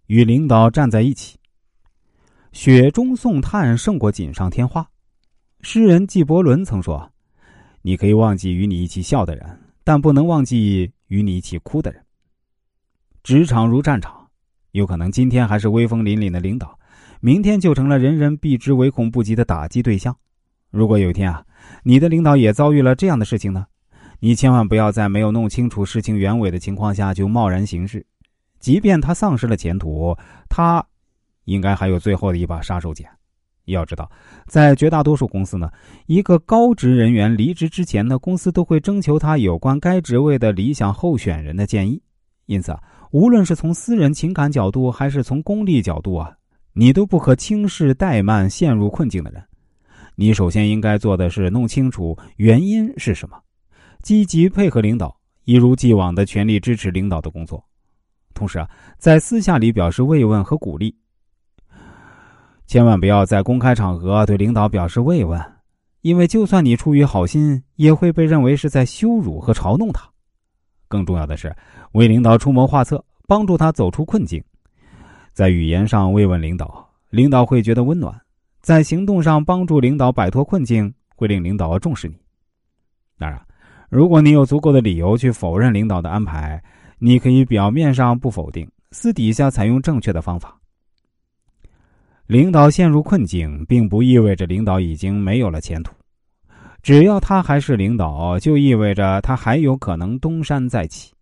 与领导站在一起。雪中送炭胜过锦上添花。诗人纪伯伦曾说，你可以忘记与你一起笑的人，但不能忘记与你一起哭的人。职场如战场，有可能今天还是威风凛凛的领导，明天就成了人人避之唯恐不及的打击对象。如果有一天你的领导也遭遇了这样的事情呢，你千万不要在没有弄清楚事情原委的情况下就贸然行事。即便他丧失了前途，他应该还有最后的一把杀手锏。要知道，在绝大多数公司呢，一个高职人员离职之前呢，公司都会征求他有关该职位的理想候选人的建议。因此无论是从私人情感角度还是从功利角度你都不可轻视怠慢陷入困境的人。你首先应该做的是弄清楚原因是什么，积极配合领导，一如既往的全力支持领导的工作。同时在私下里表示慰问和鼓励。千万不要在公开场合对领导表示慰问，因为就算你出于好心，也会被认为是在羞辱和嘲弄他。更重要的是，为领导出谋划策，帮助他走出困境。在语言上慰问领导，领导会觉得温暖；在行动上帮助领导摆脱困境，会令领导重视你。当然，如果你有足够的理由去否认领导的安排，你可以表面上不否定，私底下采用正确的方法。领导陷入困境，并不意味着领导已经没有了前途。只要他还是领导，就意味着他还有可能东山再起。